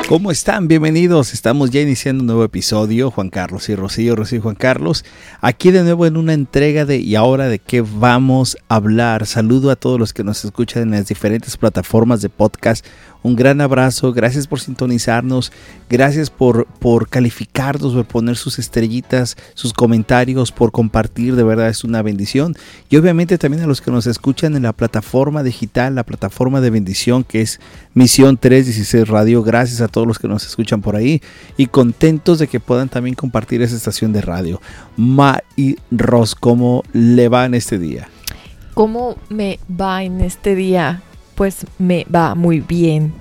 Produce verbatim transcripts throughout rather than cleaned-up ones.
¿Cómo están? Bienvenidos. Estamos ya iniciando un nuevo episodio. Juan Carlos y Rocío, Rocío y Juan Carlos. Aquí de nuevo en una entrega de ¿y ahora de qué vamos a hablar? Saludo a todos los que nos escuchan en las diferentes plataformas de podcast. Un gran abrazo. Gracias por sintonizarnos. Gracias por, por calificarnos, por poner sus estrellitas, sus comentarios, por compartir. De verdad es una bendición. Y obviamente también a los que nos escuchan en la plataforma digital, la plataforma de bendición que es Misión trescientos dieciséis Radio. Gracias a todos los que nos escuchan por ahí y contentos de que puedan también compartir esa estación de radio. Ma y Ros, ¿cómo le va en este día? ¿Cómo me va en este día? Pues me va muy bien.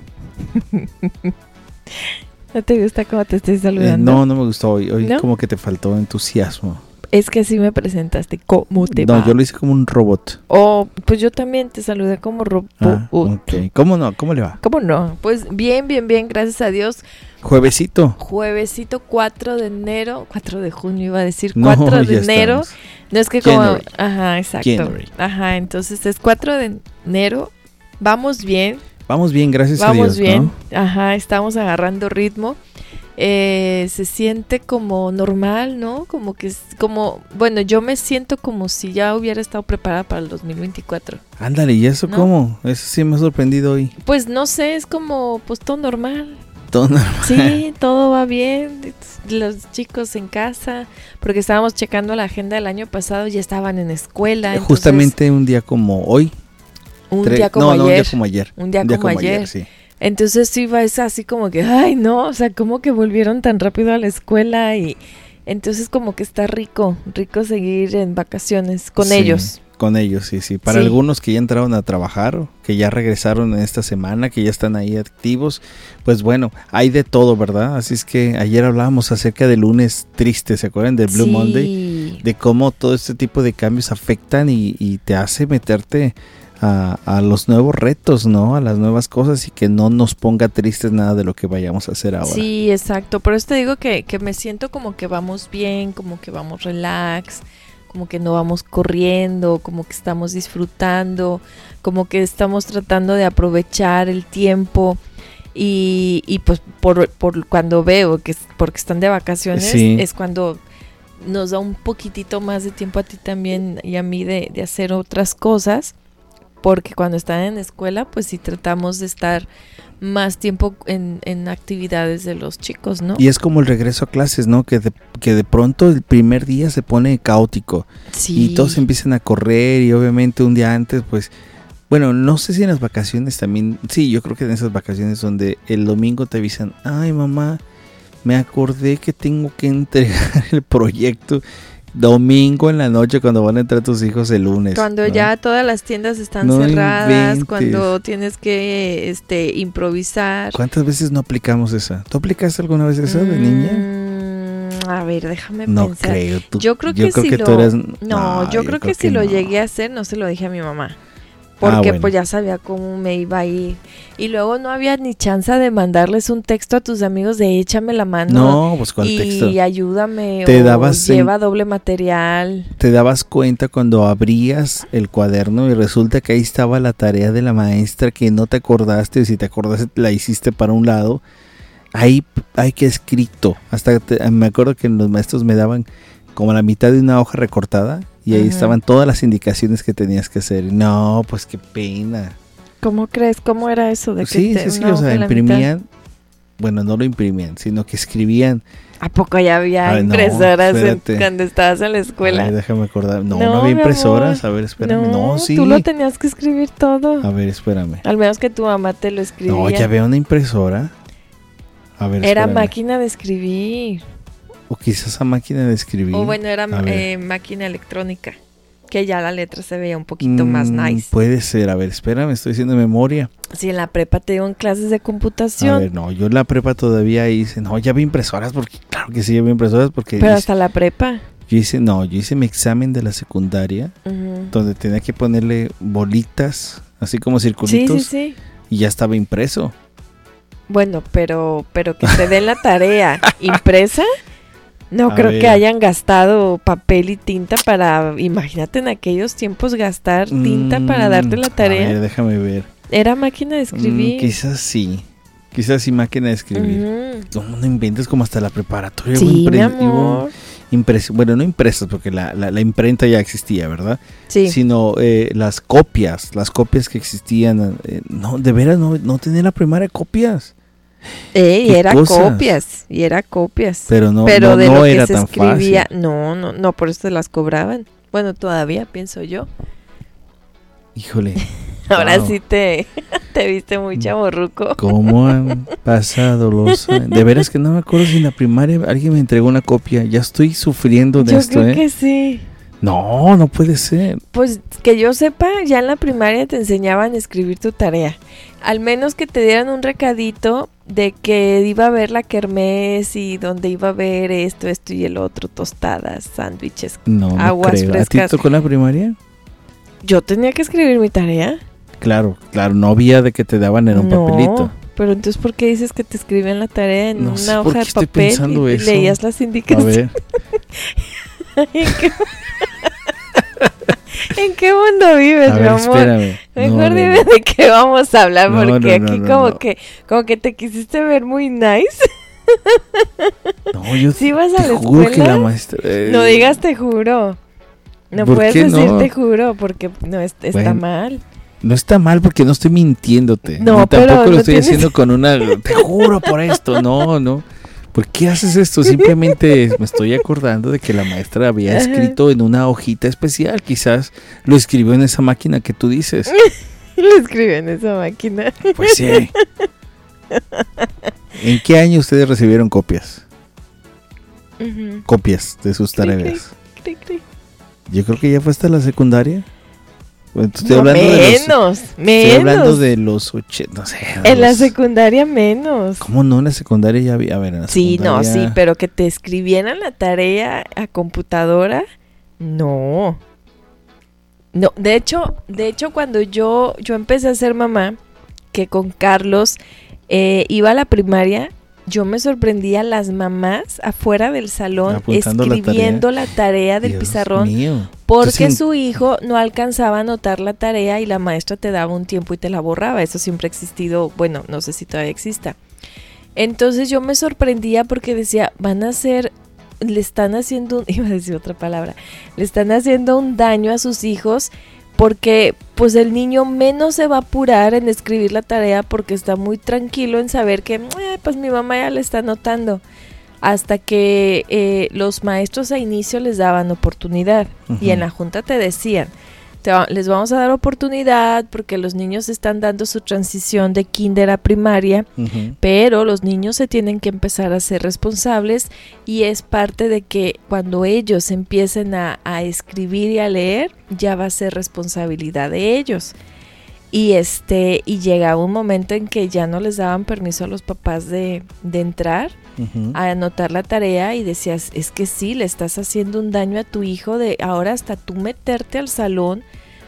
¿No te gusta cómo te estoy saludando? Eh, no, no me gustó hoy. Hoy ¿No? Como que te faltó entusiasmo. Es que así me presentaste. ¿Cómo te no, va? No, yo lo hice como un robot. Oh, pues yo también te saludé como robot. Ah, okay. ¿Cómo no? ¿Cómo le va? ¿Cómo no? Pues bien, bien, bien, gracias a Dios. Juevesito. Juevesito cuatro de enero, cuatro de junio iba a decir, no, cuatro de enero. Estamos. No es que como... January. Ajá, exacto. January. Ajá, entonces es cuatro de enero. Vamos bien. Vamos bien, gracias Vamos a Dios. Vamos bien. ¿No? Ajá, estamos agarrando ritmo. Eh, se siente como normal, ¿no? Como que es como, bueno, yo me siento como si ya hubiera estado preparada para el dos mil veinticuatro. Ándale, ¿y eso ¿no? cómo? Eso sí me ha sorprendido hoy. Pues no sé, es como, pues todo normal. Todo normal. Sí, todo va bien. Los chicos en casa, porque estábamos checando la agenda del año pasado, ya estaban en escuela. Eh, justamente entonces, un día como hoy. Un tre- día como no, ayer. No, un día como ayer. Un día, un día como, como ayer. ayer sí. Entonces sí va es así como que, ay no, o sea, como que volvieron tan rápido a la escuela y entonces como que está rico, rico seguir en vacaciones con sí, ellos. Con ellos, sí, sí. Para sí. Algunos que ya entraron a trabajar, que ya regresaron en esta semana, que ya están ahí activos, pues bueno, hay de todo, ¿verdad? Así es que ayer hablábamos acerca del lunes triste, ¿se acuerdan? Del Blue sí. Monday, de cómo todo este tipo de cambios afectan y, y te hace meterte A, a los nuevos retos, ¿no? A las nuevas cosas y que no nos ponga tristes nada de lo que vayamos a hacer ahora. Sí, exacto. Por eso te digo que, que me siento como que vamos bien, como que vamos relax, como que no vamos corriendo, como que estamos disfrutando, como que estamos tratando de aprovechar el tiempo y, y pues por, por cuando veo que porque están de vacaciones sí. es cuando nos da un poquitito más de tiempo a ti también y a mí de, de hacer otras cosas. Porque cuando están en escuela, pues sí tratamos de estar más tiempo en, en actividades de los chicos, ¿no? Y es como el regreso a clases, ¿no? Que de, que de pronto el primer día se pone caótico. Sí. Y todos empiezan a correr y obviamente un día antes, pues... Bueno, no sé si en las vacaciones también... Sí, yo creo que en esas vacaciones donde el domingo te avisan, ay mamá, me acordé que tengo que entregar el proyecto... Domingo en la noche cuando van a entrar tus hijos el lunes. Cuando ¿no? Ya todas las tiendas están no cerradas, inventes. Cuando tienes que este improvisar. ¿Cuántas veces no aplicamos esa? ¿Tú aplicaste alguna vez esa de mm, niña? A ver, déjame no pensar. Creo, tú, yo creo yo que creo si que lo tú eres... No, no yo, yo creo, creo que, que si no. lo llegué a hacer, no se lo dije a mi mamá. Porque ah, bueno. pues ya sabía cómo me iba a ir. Y luego no había ni chance de mandarles un texto a tus amigos de échame la mano. No, pues ¿cuál y texto? Y ayúdame te o dabas lleva en... doble material. Te dabas cuenta cuando abrías el cuaderno y resulta que ahí estaba la tarea de la maestra que no te acordaste. Y si te acordaste la hiciste para un lado. Ahí hay que escrito. Hasta te, me acuerdo que los maestros me daban como la mitad de una hoja recortada. Y ahí uh-huh. estaban todas las indicaciones que tenías que hacer. No, pues qué pena. ¿Cómo crees? ¿Cómo era eso? De que sí, te, sí, sí, o sea, imprimían, mitad? Bueno, no lo imprimían, sino que escribían. ¿A poco ya había Ay, impresoras no, en, cuando estabas en la escuela? Ay, déjame acordar. No, no, no había impresoras. A ver, espérame. No, no, sí. Tú lo tenías que escribir todo. A ver, espérame. Al menos que tu mamá te lo escribía. No, ya había una impresora. A ver, Era espérame. máquina de escribir. O quizás a máquina de escribir. O bueno, era eh, máquina electrónica. Que ya la letra se veía un poquito mm, más nice. Puede ser, a ver, espérame, estoy haciendo memoria. Sí, en la prepa te dieron clases de computación. A ver, no, yo en la prepa todavía hice, no, ya vi impresoras, porque claro que sí, ya vi impresoras, porque... Pero hice, hasta la prepa. Yo hice, no, yo hice mi examen de la secundaria, uh-huh. donde tenía que ponerle bolitas, así como circulitos. Sí, sí, sí. Y ya estaba impreso. Bueno, pero, pero que te den la tarea impresa... No a creo ver. que hayan gastado papel y tinta para, imagínate en aquellos tiempos gastar tinta mm, para darte la tarea. A ver, déjame ver. Era máquina de escribir. Mm, quizás sí. Quizás sin máquina de escribir. Ujú. ¿Cómo no inventas como hasta la preparatoria? Sí, hubo mi impre- amor. hubo impres- bueno, no impresas porque la, la, la imprenta ya existía, ¿verdad? Sí. Sino eh, las copias, las copias que existían. eh, no, de veras, no, no tenía la primaria copias. Eh, y ¿Qué era cosas? copias, y era copias. Pero no, Pero no, de no lo era que se tan escribía, fácil. no, no, no, por eso te las cobraban. Bueno, todavía pienso yo. Híjole. Ahora Wow. sí te, te viste muy chavorruco. ¿Cómo han pasado los años? De veras que no me acuerdo si en la primaria alguien me entregó una copia. Ya estoy sufriendo de Yo esto, creo ¿eh? que sí. No, no puede ser. Pues que yo sepa, ya en la primaria te enseñaban a escribir tu tarea. Al menos que te dieran un recadito de que iba a haber la kermés y donde iba a haber esto, esto y el otro, tostadas, sándwiches. No, no Aguas creo. ¿A ti frescas. te tocó la primaria? Yo tenía que escribir mi tarea. Claro, claro, no había de que te daban en un No, papelito. pero entonces ¿por qué dices que te escribían la tarea en No una sé por hoja qué de estoy papel pensando y, y eso. leías las A indicaciones? ver, ¿En qué, ¿En qué mundo vives, a mi ver, amor? espérame. Mejor No, no, dime no. de qué vamos a hablar, No, porque no, no, aquí no, como no. que como que te quisiste ver muy nice. No, yo ¿Sí vas a te la juro que escuela? la maestra... eh, No digas te juro. No ¿Por puedes qué decir no? te juro porque no es- está Bueno, mal. No está mal porque no estoy mintiéndote. No, Ni pero tampoco lo no estoy tienes- haciendo con una... Te juro por esto. No, no. ¿Por qué haces esto? Simplemente me estoy acordando de que la maestra había Ajá. escrito en una hojita especial. Quizás lo escribió en esa máquina que tú dices. Lo escribe en esa máquina. Pues sí. ¿En qué año ustedes recibieron copias? Ujú. Copias de sus Cri, tareas. cri, cri. Yo creo que ya fue hasta la secundaria. Bueno, estoy No, hablando de los... menos, Estoy menos. hablando de los ochenta, no sé. de En la los- secundaria menos. ¿Cómo no? En la secundaria ya había... A ver, en la Sí, no, secundaria- sí, pero que te escribieran la tarea a computadora, no. No, de hecho, de hecho cuando yo, yo empecé a ser mamá, que con Carlos eh, iba a la primaria, yo me sorprendía las mamás afuera del salón Apuntando la escribiendo la tarea, del Dios pizarrón, mío. porque Entonces, su hijo no alcanzaba a anotar la tarea y la maestra te daba un tiempo y te la borraba. Eso siempre ha existido, bueno, no sé si todavía exista. Entonces yo me sorprendía porque decía, van a hacer, le están haciendo, un, iba a decir otra palabra, le están haciendo un daño a sus hijos porque pues el niño menos se va a apurar en escribir la tarea porque está muy tranquilo en saber que eh, pues mi mamá ya le está anotando. Hasta que eh, los maestros a inicio les daban oportunidad Ujú. y en la junta te decían, te va- les vamos a dar oportunidad porque los niños están dando su transición de kinder a primaria, ujú. pero los niños se tienen que empezar a ser responsables y es parte de que cuando ellos empiecen a, a escribir y a leer, ya va a ser responsabilidad de ellos. Y este, y llegaba un momento en que ya no les daban permiso a los papás de, de entrar Ujú. a anotar la tarea y decías, es que sí, le estás haciendo un daño a tu hijo de ahora hasta tú meterte al salón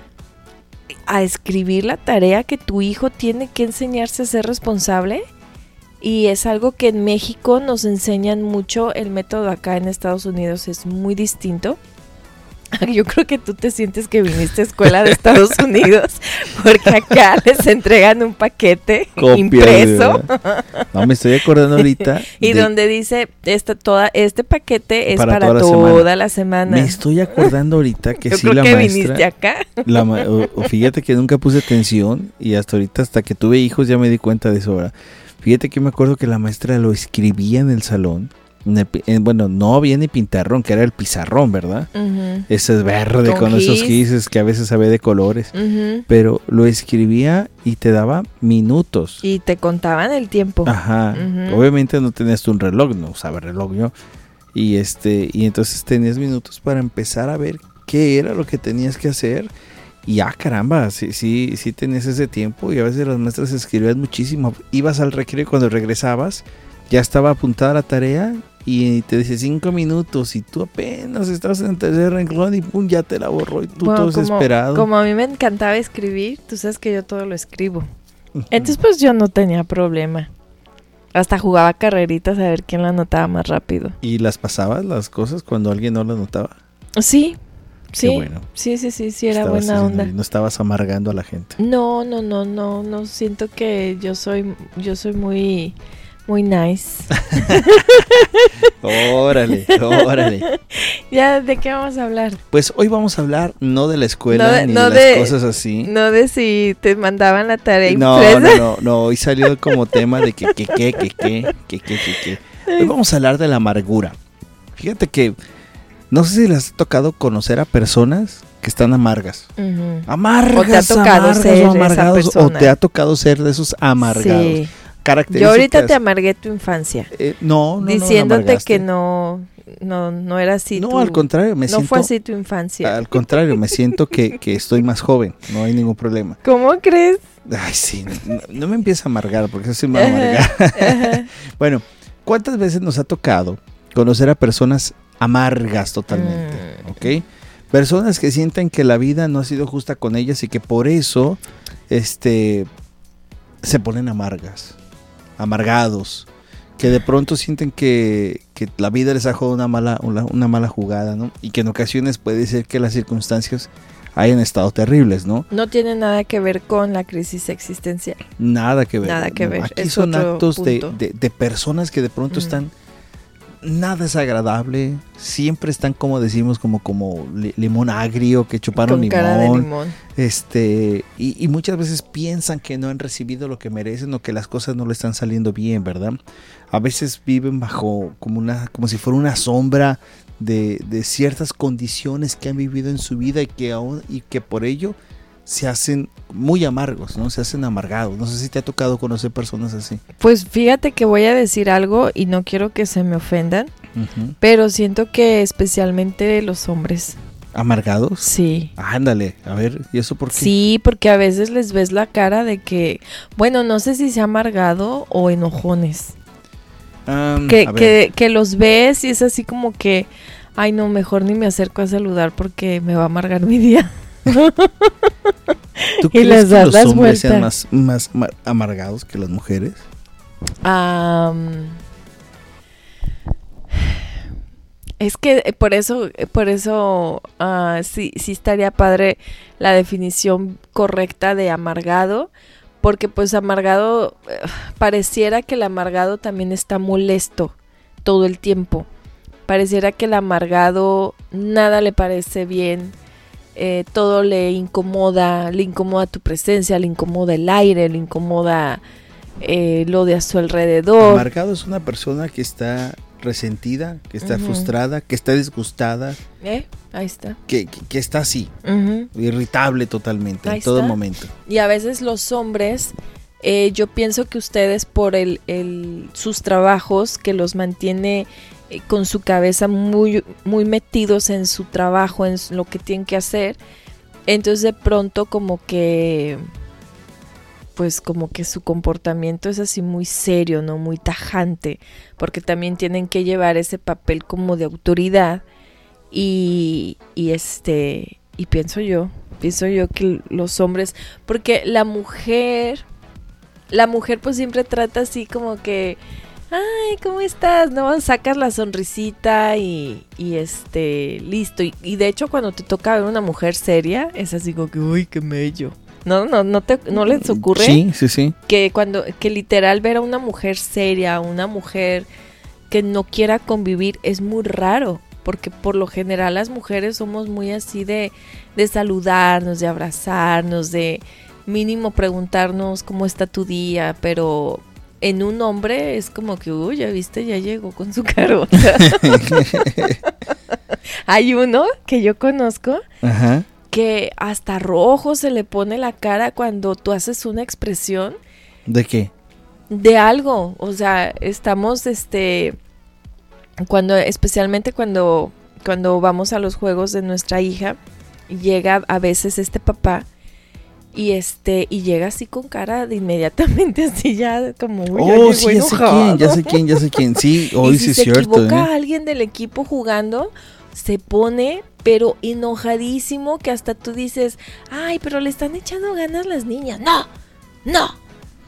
a escribir la tarea que tu hijo tiene que enseñarse a ser responsable. Y es algo que en México nos enseñan mucho, el método acá en Estados Unidos es muy distinto. Yo creo que tú te sientes que viniste a escuela de Estados Unidos porque acá les entregan un paquete Copias, impreso ¿verdad? No, me estoy acordando ahorita. y de- donde dice esta toda este paquete es Para para, toda la toda, semana. la semana. Me estoy acordando ahorita que Yo sí creo la que maestra... viniste acá. La ma- o, o fíjate que nunca puse atención y hasta ahorita, hasta que tuve hijos, ya me di cuenta de eso ahora. Fíjate que me acuerdo que la maestra lo escribía en el salón. En el pi- en- bueno, no había ni pintarrón, que era el pizarrón, ¿verdad? Ujú, Ese es verde Con con, esos gis. gises que a veces sabe de colores. ujú. Pero lo escribía y te daba minutos. Y te contaban el tiempo. Ajá. Ujú. Obviamente no tenías tú un reloj, no usaba reloj yo. Y este, y entonces tenías minutos para empezar a ver qué era lo que tenías que hacer. Y ah, caramba, sí, sí, sí tenías ese tiempo. Y a veces las maestras escribían muchísimo. Ibas al recreo y cuando regresabas, ya estaba apuntada la tarea. Y te dice cinco minutos. Y tú apenas estabas en el tercer renglón y pum, ya te la borró. Y tú Bueno, todo como, desesperado. como a mí me encantaba escribir, tú sabes que yo todo lo escribo. Entonces pues yo no tenía problema. Hasta jugaba carreritas a ver quién la anotaba más rápido. ¿Y las pasabas las cosas cuando alguien no las notaba? Sí, Sí, Qué bueno. sí, sí, sí, sí, era Estabas buena onda. bien, no estabas amargando a la gente. No, no, no, no, no, siento que yo soy, yo soy muy, muy nice. Órale, órale. Ya, ¿de qué vamos a hablar? Pues hoy vamos a hablar no de la escuela No de- ni no de las de- cosas así. No de si te mandaban la tarea No, impresa. no, no, no, hoy salió como tema de que, que, que, que, que, que, que, que, que. Hoy vamos a hablar de la amargura. Fíjate que no sé si les ha tocado conocer a personas que están amargas. Ujú. Amargas, O te ha tocado amargas ser o esa amargados, o persona. te ha tocado ser de esos amargados. Sí. Características. Yo ahorita te amargué tu infancia, eh, no, no, no, diciéndote amargaste. que no, no, no era así. No, tu- al contrario, me no siento. fue así tu infancia. Al contrario, me siento que, que estoy más joven, no hay ningún problema. ¿Cómo crees? Ay, sí, no, no me empieza a amargar porque soy muy Ajá, amargada. ajá. Bueno, ¿cuántas veces nos ha tocado conocer a personas amargas totalmente? Mm. ¿Ok? Personas que sienten que la vida no ha sido justa con ellas y que por eso este, se ponen amargas, amargados, que de pronto sienten que, que la vida les ha jugado una mala, una, una mala jugada, ¿no? Y que en ocasiones puede ser que las circunstancias hayan estado terribles, ¿no? No tiene nada que ver con la crisis existencial. Nada que ver. Nada que ¿no? ver, Aquí es son otro actos de, punto. de, de personas que de pronto Mm. están. Nada es agradable. Siempre están, como decimos, como, como li- limón agrio que chuparon Con limón. cara de limón. Este, y, y muchas veces piensan que no han recibido lo que merecen o que las cosas no le están saliendo bien, ¿verdad? A veces viven bajo como una, como si fuera una sombra de, de ciertas condiciones que han vivido en su vida y que aún, y que por ello se hacen muy amargos, ¿no? Se hacen amargados. No sé si te ha tocado conocer personas así. Pues fíjate que voy a decir algo y no quiero que se me ofendan, Ujú. pero siento que especialmente los hombres. ¿Amargados? Sí. Ándale, a ver, ¿y eso por qué? Sí, porque a veces les ves la cara de que, bueno, no sé si sea amargado o enojones. Um, Que, a ver, que, que los ves y es así como que, ay no, mejor ni me acerco a saludar porque me va a amargar mi día. ¿tú y crees les que das los las hombres sean vueltas. más, más ma- amargados que las mujeres? Am, es que eh, por eso, eh, por eso ah, sí, sí estaría padre la definición correcta de amargado, porque pues amargado, eh, pareciera que el amargado también está molesto todo el tiempo. Pareciera que el amargado nada le parece bien, eh, todo le incomoda, le incomoda tu presencia, le incomoda el aire, le incomoda eh, lo de a su alrededor. Amargado es una persona que está resentida, que está Ujú. frustrada, que está disgustada, ¿Eh? Ahí está. que, que, que está así, Ujú. irritable totalmente, Ahí en todo está. momento. Y a veces los hombres, eh, yo pienso que ustedes por el, el sus trabajos que los mantiene eh, con su cabeza muy, muy metidos en su trabajo, en lo que tienen que hacer, entonces de pronto como que, pues como que su comportamiento es así muy serio, ¿no? Muy tajante, porque también tienen que llevar ese papel como de autoridad y, y este, y pienso yo, pienso yo que los hombres, porque la mujer, la mujer pues siempre trata así como que, ay, ¿cómo estás? ¿No? Sacas la sonrisita y, y este, listo. Y, y de hecho cuando te toca ver una mujer seria, es así como que, uy, qué mello. No, no, no te, no les ocurre Sí, sí, sí. que cuando, que literal ver a una mujer seria, una mujer que no quiera convivir es muy raro. Porque por lo general las mujeres somos muy así de, de saludarnos, de abrazarnos, de mínimo preguntarnos cómo está tu día, pero en un hombre es como que, uy, ya viste, ya llegó con su carota. Hay uno que yo conozco Ajá. que hasta rojo se le pone la cara cuando tú haces una expresión ¿De qué? de algo. O sea, estamos, este, cuando, especialmente cuando, cuando vamos a los juegos de nuestra hija, llega a veces este papá y este, y llega así con cara de inmediatamente así ya como, uy, ya Oh, llegó sí, ya sé enojado. quién, ya sé quién, ya sé quién. Sí, hoy Y sí si es se cierto. equivoca ¿eh? alguien del equipo jugando, se pone pero enojadísimo que hasta tú dices, ay, pero le están echando ganas las niñas. No, no,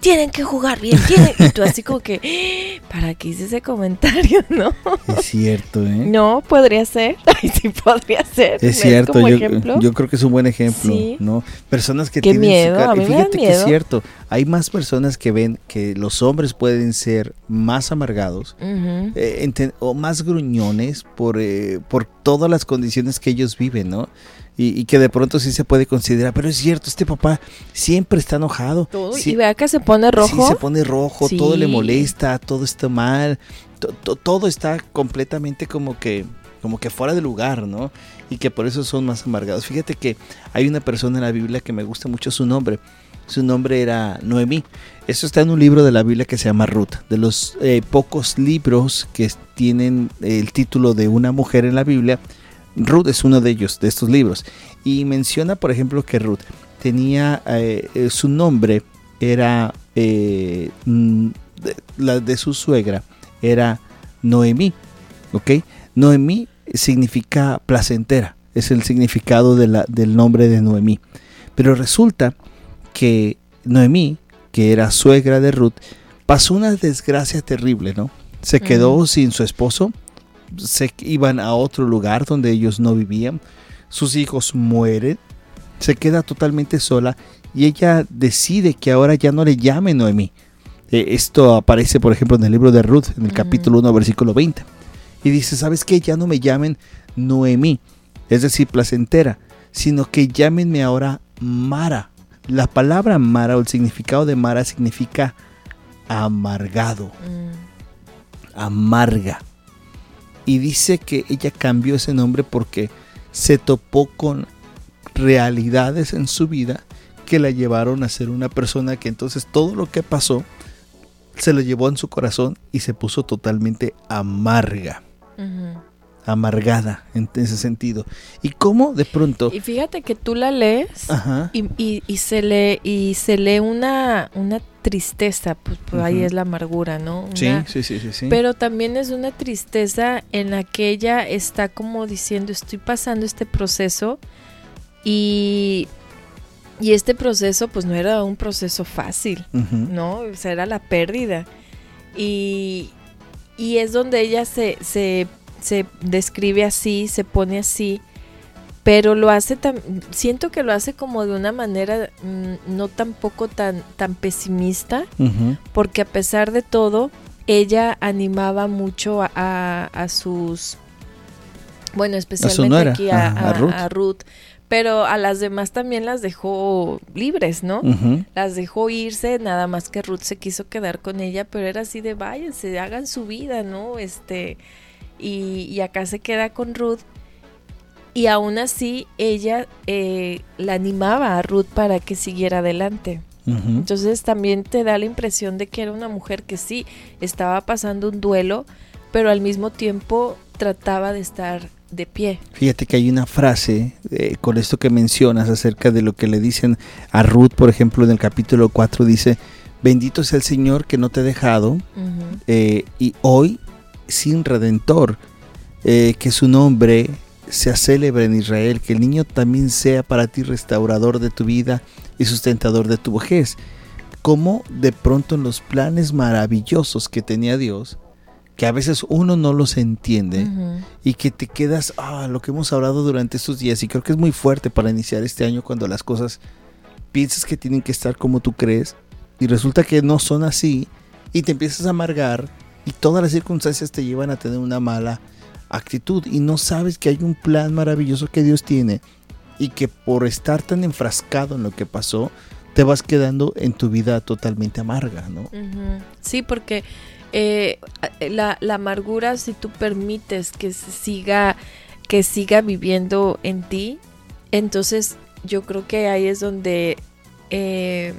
tienen que jugar bien, tienen... y tú así como que, ¿para qué hice ese comentario? No. Es cierto, ¿eh? No, podría ser. Ay, sí, podría ser. Es cierto, como yo, ejemplo? yo creo que es un buen ejemplo, Sí. ¿no? Personas que Qué tienen miedo, su cara. a mí Y me da fíjate que es miedo. cierto, hay más personas que ven que los hombres pueden ser más amargados Ujú. eh, enten- o más gruñones por, eh, por todas las condiciones que ellos viven, ¿no? Y, y que de pronto sí se puede considerar, pero es cierto, este papá siempre está enojado. Todo, Sí- y vea que se pone rojo. Sí, se pone rojo, Sí. todo le molesta, todo está mal, to- to- todo está completamente como que, como que fuera de lugar, ¿no? Y que por eso son más amargados. Fíjate que hay una persona en la Biblia que me gusta mucho su nombre. Su nombre era Noemí. Eso está en un libro de la Biblia que se llama Ruth. De los eh, pocos libros que tienen el título de una mujer en la Biblia, Ruth es uno de ellos, de estos libros. Y menciona, por ejemplo, que Ruth tenía, eh, eh, su nombre era, eh, mm, de, la de su suegra, era Noemí, ¿ok? Noemí significa placentera, es el significado de la, del nombre de Noemí. Pero resulta que Noemí, que era suegra de Ruth, pasó una desgracia terrible, ¿no? Se quedó Mm. sin su esposo, se iban a otro lugar donde ellos no vivían, sus hijos mueren, se queda totalmente sola y ella decide que ahora ya no le llame Noemí. Eh, esto aparece, por ejemplo, en el libro de Ruth, en el Ujú. capítulo uno, versículo veinte. Y dice, ¿sabes qué? Ya no me llamen Noemí, es decir, placentera, sino que llámenme ahora Mara. La palabra Mara o el significado de Mara significa amargado, Mm. amarga. Y dice que ella cambió ese nombre porque se topó con realidades en su vida que la llevaron a ser una persona que entonces todo lo que pasó se lo llevó en su corazón y se puso totalmente amarga, Ujú. amargada en ese sentido. Y cómo de pronto... Y fíjate que tú la lees Ajá. y, y, y se lee y se lee una, una tristeza, pues, pues ahí Ujú. es la amargura, ¿no? Sí, Una- sí, sí, sí, sí. Pero también es una tristeza en la que ella está como diciendo, estoy pasando este proceso y, y este proceso pues no era un proceso fácil, Ujú. ¿no? O sea, era la pérdida. Y, y es donde ella se, se, se describe así, se pone así, pero lo hace tan, siento que lo hace como de una manera mm, no tampoco tan, tan pesimista, Ujú. porque a pesar de todo, ella animaba mucho a, a, a sus, bueno, especialmente nuera, aquí a, a- a a- Ruth. a Ruth, pero a las demás también las dejó libres, ¿no? Ujú. Las dejó irse, nada más que Ruth se quiso quedar con ella, pero era así de váyanse, hagan su vida, ¿no? Este, y, y acá se queda con Ruth. Y aún así ella eh, la animaba a Ruth para que siguiera adelante. Ujú. Entonces también te da la impresión de que era una mujer que sí estaba pasando un duelo, pero al mismo tiempo trataba de estar de pie. Fíjate que hay una frase eh, con esto que mencionas acerca de lo que le dicen a Ruth, por ejemplo, en el capítulo cuatro dice, bendito sea el Señor que no te ha dejado, Ujú. eh, y hoy sin redentor, eh, que su nombre sea célebre en Israel, que el niño también sea para ti restaurador de tu vida y sustentador de tu vejez. Como de pronto en los planes maravillosos que tenía Dios, que a veces uno no los entiende, Ujú. y que te quedas, ah, lo que hemos hablado durante estos días, y creo que es muy fuerte para iniciar este año cuando las cosas piensas que tienen que estar como tú crees y resulta que no son así y te empiezas a amargar y todas las circunstancias te llevan a tener una mala actitud y no sabes que hay un plan maravilloso que Dios tiene y que por estar tan enfrascado en lo que pasó te vas quedando en tu vida totalmente amarga, ¿no? Ujú. Sí, porque eh, la, la amargura, si tú permites que se siga, que siga viviendo en ti, entonces yo creo que ahí es donde eh,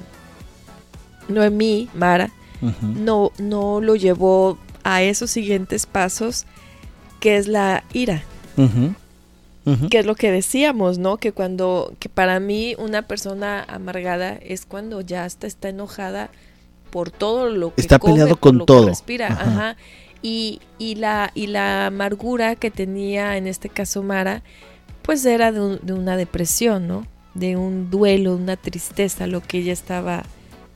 Noemí, Mara, Uh-huh. no, no lo llevó a esos siguientes pasos, que es la ira. Uh-huh. Uh-huh. Que es lo que decíamos, ¿no? Que cuando, que para mí una persona amargada es cuando ya hasta está enojada por todo lo que está come, peleado por con lo todo. que respira, Ajá. ajá. Y, y la y la amargura que tenía en este caso Mara, pues era de, un, de una depresión, ¿no? De un duelo, una tristeza, lo que ella estaba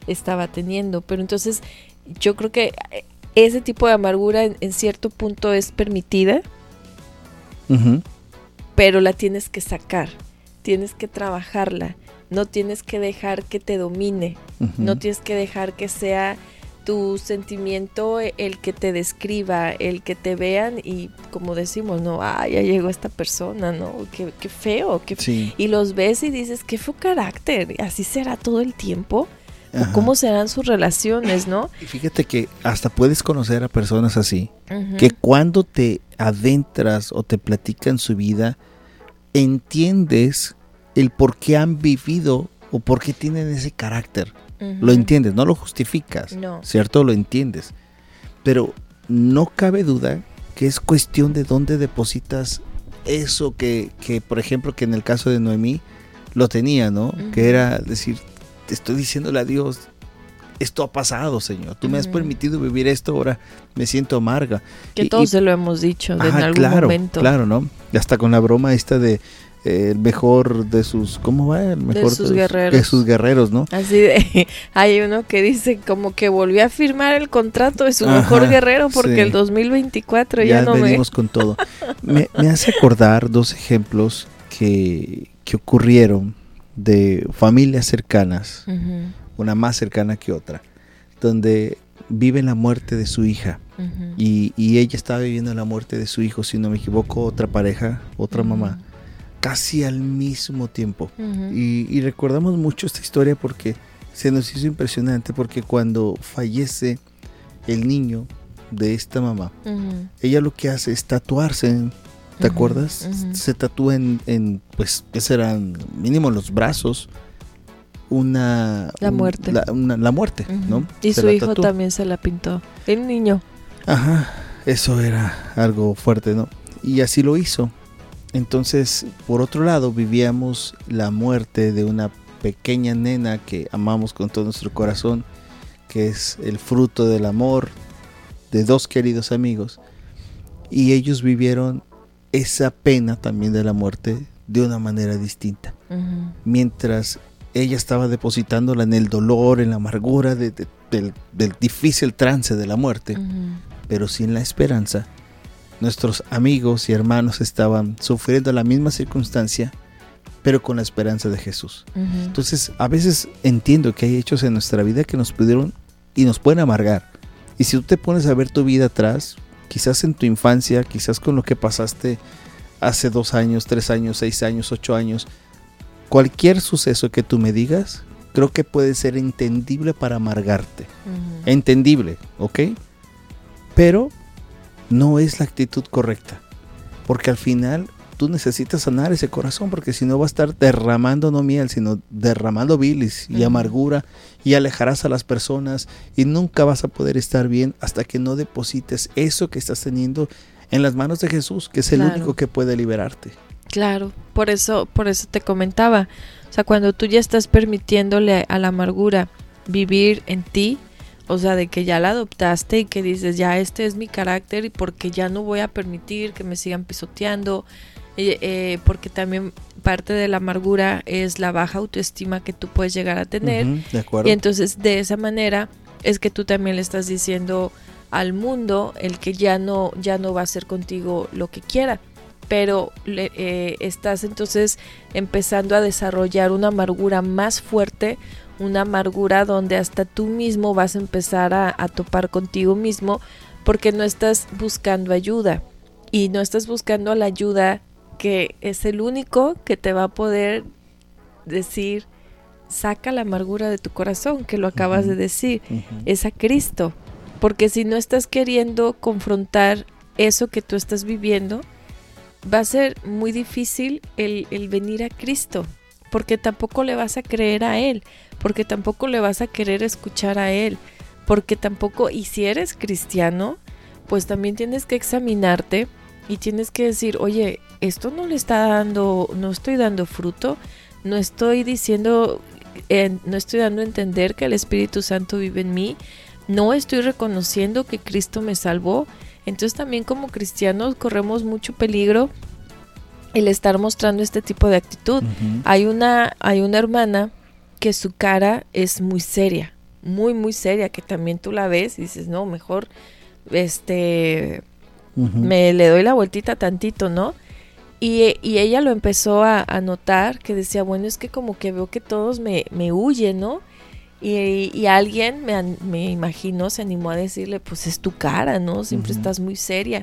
estaba teniendo. Pero entonces yo creo que ese tipo de amargura en, en cierto punto es permitida, uh-huh. pero la tienes que sacar, tienes que trabajarla, no tienes que dejar que te domine, uh-huh. no tienes que dejar que sea tu sentimiento el que te describa, el que te vean y como decimos, no, ah, ya llegó esta persona, no, qué, qué feo, qué sí. y los ves y dices, qué feo carácter, así será todo el tiempo. O cómo serán sus relaciones, ¿no? Y fíjate que hasta puedes conocer a personas así, uh-huh. que cuando te adentras o te platican su vida, entiendes el por qué han vivido o por qué tienen ese carácter. Uh-huh. Lo entiendes, no lo justificas, no. ¿cierto? Lo entiendes. Pero no cabe duda que es cuestión de dónde depositas eso que, que por ejemplo, que en el caso de Noemí lo tenía, ¿no? Uh-huh. Que era decir, te estoy diciéndole a Dios, esto ha pasado, Señor. Tú uh-huh. me has permitido vivir esto, ahora me siento amarga. Que y, todos y, se lo hemos dicho ajá, en algún claro, momento. Claro, ¿no? Y hasta con la broma esta de eh, el mejor de sus, ¿cómo va? El mejor de sus de, guerreros. de sus guerreros, ¿no? Así de, hay uno que dice como que volvió a firmar el contrato de su ajá, mejor guerrero porque sí. el dos mil veinticuatro ya, ya no venimos me... con todo. Me, me hace acordar dos ejemplos que, que ocurrieron de familias cercanas, uh-huh. una más cercana que otra, donde viven la muerte de su hija uh-huh. y, y ella estaba viviendo la muerte de su hijo, si no me equivoco, otra pareja, otra uh-huh. mamá, casi al mismo tiempo. Uh-huh. Y, y recordamos mucho esta historia porque se nos hizo impresionante, porque cuando fallece el niño de esta mamá, uh-huh. ella lo que hace es tatuarse, ¿te uh-huh. acuerdas? Uh-huh. Se tatúa en, en, pues, ¿qué serán? Mínimo los brazos, una... La muerte. Un, la, una, la muerte, uh-huh. ¿no? Y se su hijo tatuó. También se la pintó. El niño. Ajá, eso era algo fuerte, ¿no? Y así lo hizo. Entonces, por otro lado, vivíamos la muerte de una pequeña nena que amamos con todo nuestro corazón, que es el fruto del amor de dos queridos amigos. Y ellos vivieron esa pena también de la muerte de una manera distinta. Uh-huh. Mientras ella estaba depositándola en el dolor, en la amargura de, de, del, del difícil trance de la muerte, uh-huh. pero sin la esperanza, nuestros amigos y hermanos estaban sufriendo la misma circunstancia, pero con la esperanza de Jesús. Uh-huh. Entonces, a veces entiendo que hay hechos en nuestra vida que nos pudieron y nos pueden amargar. Y si tú te pones a ver tu vida atrás, quizás en tu infancia, quizás con lo que pasaste hace dos años, tres años, seis años, ocho años, cualquier suceso que tú me digas, creo que puede ser entendible para amargarte. Uh-huh. Entendible, ¿ok? Pero no es la actitud correcta, porque al final tú necesitas sanar ese corazón, porque si no va a estar derramando no miel, sino derramando bilis y uh-huh. amargura, y alejarás a las personas y nunca vas a poder estar bien hasta que no deposites eso que estás teniendo en las manos de Jesús, que es el claro. único que puede liberarte. Claro, por eso, por eso te comentaba, o sea, cuando tú ya estás permitiéndole a la amargura vivir en ti, o sea, de que ya la adoptaste y que dices, ya este es mi carácter y porque ya no voy a permitir que me sigan pisoteando, eh, eh, porque también parte de la amargura es la baja autoestima que tú puedes llegar a tener. Uh-huh, de acuerdo. Y entonces de esa manera es que tú también le estás diciendo al mundo el que ya no, ya no va a hacer contigo lo que quiera. Pero le, eh, estás entonces empezando a desarrollar una amargura más fuerte, una amargura donde hasta tú mismo vas a empezar a, a topar contigo mismo porque no estás buscando ayuda y no estás buscando la ayuda que es el único que te va a poder decir, saca la amargura de tu corazón, que lo acabas uh-huh. de decir, uh-huh. es a Cristo, porque si no estás queriendo confrontar eso que tú estás viviendo, va a ser muy difícil el, el venir a Cristo, porque tampoco le vas a creer a Él, porque tampoco le vas a querer escuchar a Él, porque tampoco, y si eres cristiano, pues también tienes que examinarte y tienes que decir, oye, esto no le está dando, no estoy dando fruto, no estoy diciendo, eh, no estoy dando a entender que el Espíritu Santo vive en mí, no estoy reconociendo que Cristo me salvó. Entonces también como cristianos corremos mucho peligro el estar mostrando este tipo de actitud. Uh-huh. Hay una, hay una hermana que su cara es muy seria, muy, muy seria, que también tú la ves y dices, no, mejor, este, uh-huh. me le doy la vueltita tantito, ¿no? Y, y ella lo empezó a, a notar, que decía, bueno, es que como que veo que todos me, me huyen, ¿no? Y, y alguien, me, me imagino, se animó a decirle, pues es tu cara, ¿no? Siempre uh-huh. estás muy seria.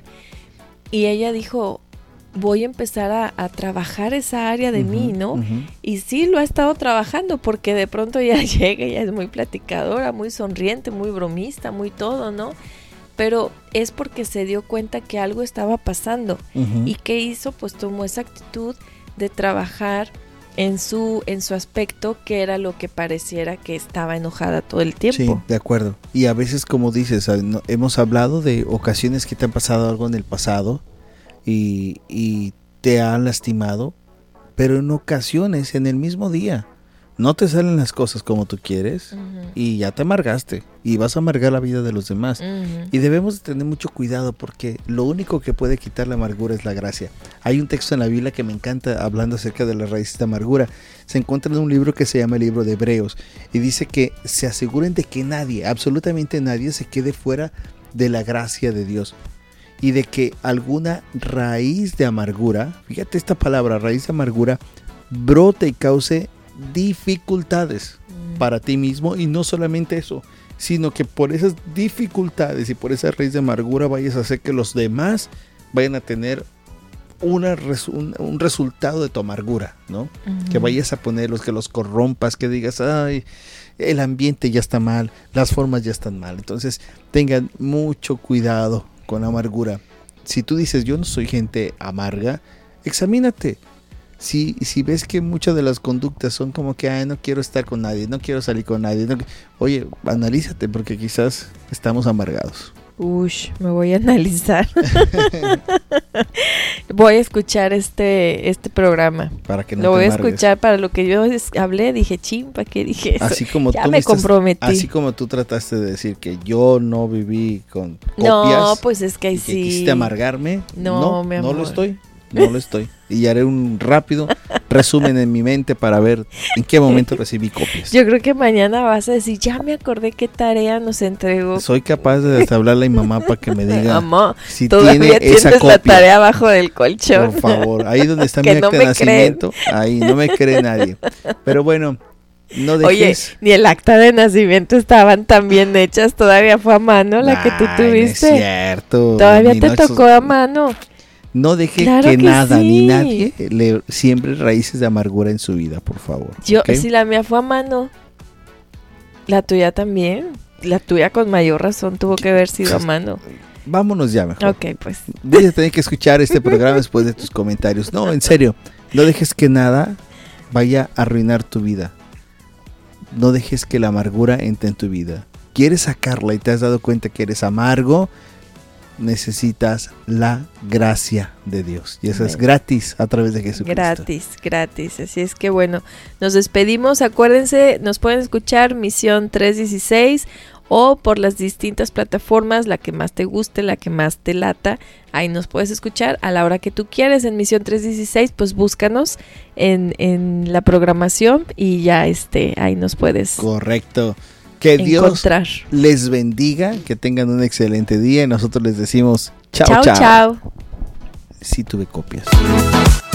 Y ella dijo, voy a empezar a, a trabajar esa área de uh-huh, mí, ¿no? Uh-huh. Y sí, lo ha estado trabajando, porque de pronto ya llega, ella es muy platicadora, muy sonriente, muy bromista, muy todo, ¿no? Pero es porque se dio cuenta que algo estaba pasando. Uh-huh. ¿Y qué hizo? Pues tomó esa actitud de trabajar en su, en su aspecto, que era lo que pareciera que estaba enojada todo el tiempo. Sí, de acuerdo. Y a veces, como dices, hemos hablado de ocasiones que te han pasado algo en el pasado y, y te han lastimado, pero en ocasiones, en el mismo día, no te salen las cosas como tú quieres uh-huh. y ya te amargaste y vas a amargar la vida de los demás. Uh-huh. Y debemos de tener mucho cuidado, porque lo único que puede quitar la amargura es la gracia. Hay un texto en la Biblia que me encanta hablando acerca de las raíces de amargura. Se encuentra en un libro que se llama el libro de Hebreos y dice que se aseguren de que nadie, absolutamente nadie, se quede fuera de la gracia de Dios. Y de que alguna raíz de amargura, fíjate esta palabra, raíz de amargura, brote y cause dificultades mm. para ti mismo, y no solamente eso, sino que por esas dificultades y por esa raíz de amargura vayas a hacer que los demás vayan a tener una res, un, un resultado de tu amargura, ¿no? Uh-huh. Que vayas a ponerlos, que los corrompas, que digas, ay, el ambiente ya está mal, las formas ya están mal. Entonces tengan mucho cuidado con la amargura. Si tú dices, yo no soy gente amarga, examínate. Si, si ves que muchas de las conductas son como que, ay, no quiero estar con nadie, no quiero salir con nadie, no, oye, analízate, porque quizás estamos amargados. Ush, me voy a analizar. Voy a escuchar este este programa. Para que no lo te voy amargues. A escuchar para lo que yo hablé. Dije, chim, ¿para qué dije eso? Así como ya tú me estás, comprometí. Así como tú trataste de decir que yo no viví con copias. No, pues es que ahí y que sí. quisiste amargarme. No, no, mi amor. no lo estoy. No lo estoy. Y haré un rápido resumen en mi mente para ver en qué momento recibí copias. Yo creo que mañana vas a decir, ya me acordé qué tarea nos entregó. Soy capaz de hasta hablarle a mi mamá para que me diga Mamá, si todavía tiene esa tienes copia. La tarea abajo del colchón. Por favor, ahí donde está mi Que acta no de me nacimiento, creen. Ahí no me cree nadie. Pero bueno, no dejes. Oye, ni el acta de nacimiento estaban tan bien hechas, todavía fue a mano la Ay, que tú tuviste. No es cierto. Todavía ni te no, tocó a mano. No deje claro que, que nada sí. ni nadie le siembre raíces de amargura en su vida, por favor. Yo, ¿okay? Si la mía fue a mano, la tuya también. La tuya con mayor razón tuvo que haber sido a mano. Vámonos ya mejor. Ok, pues. Voy a tener que escuchar este programa después de tus comentarios. No, en serio, no dejes que nada vaya a arruinar tu vida. No dejes que la amargura entre en tu vida. ¿Quieres sacarla y te has dado cuenta que eres amargo? Necesitas la gracia de Dios, y eso es gratis a través de Jesucristo. Gratis, gratis. Así es que bueno, nos despedimos. Acuérdense, nos pueden escuchar Misión trescientos dieciséis o por las distintas plataformas, la que más te guste, la que más te lata. Ahí nos puedes escuchar a la hora que tú quieres. En Misión trescientos dieciséis, pues búscanos en, en la programación y ya este, ahí nos puedes. Correcto. Que Dios encontrar. Les bendiga, que tengan un excelente día y nosotros les decimos chao, chao. chao. Chao. Sí tuve copias.